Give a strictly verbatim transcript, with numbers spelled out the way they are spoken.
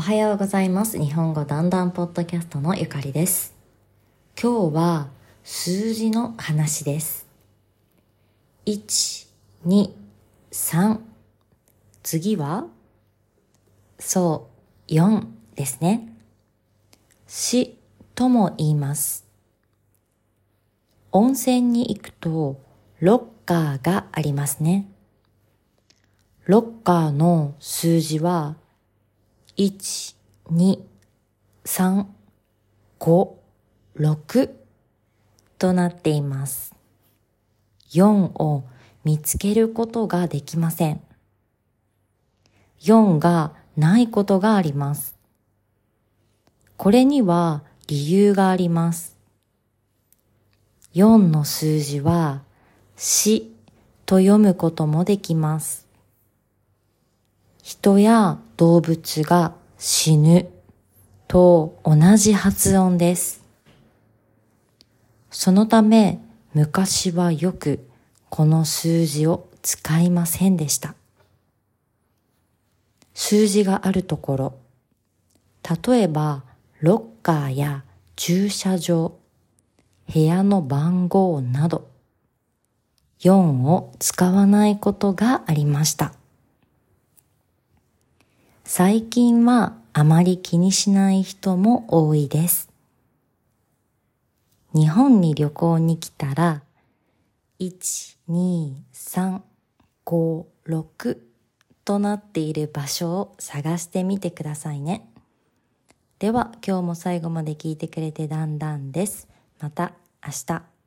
はようございます。日本語だんだんポッドキャストのゆかりです。今日は数字の話です。いち、に、さん。次はそう、よんですね。しとも言います。温泉に行くとロッカーがありますね。ロッカーの数字はいち、に、さん、ご、ろくとなっています。よんを見つけることができません。よんがないことがあります。これには理由があります。よんの数字は死と読むこともできます。人や動物が死ぬと同じ発音です。そのため昔はよくこの数字を使いませんでした。数字があるところ、例えばロッカーや駐車場、部屋の番号など、よんを使わないことがありました。最近はあまり気にしない人も多いです。日本に旅行に来たら、いち、に、さん、ご、ろくとなっている場所を探してみてくださいね。では今日も最後まで聞いてくれてだんだんです。また明日。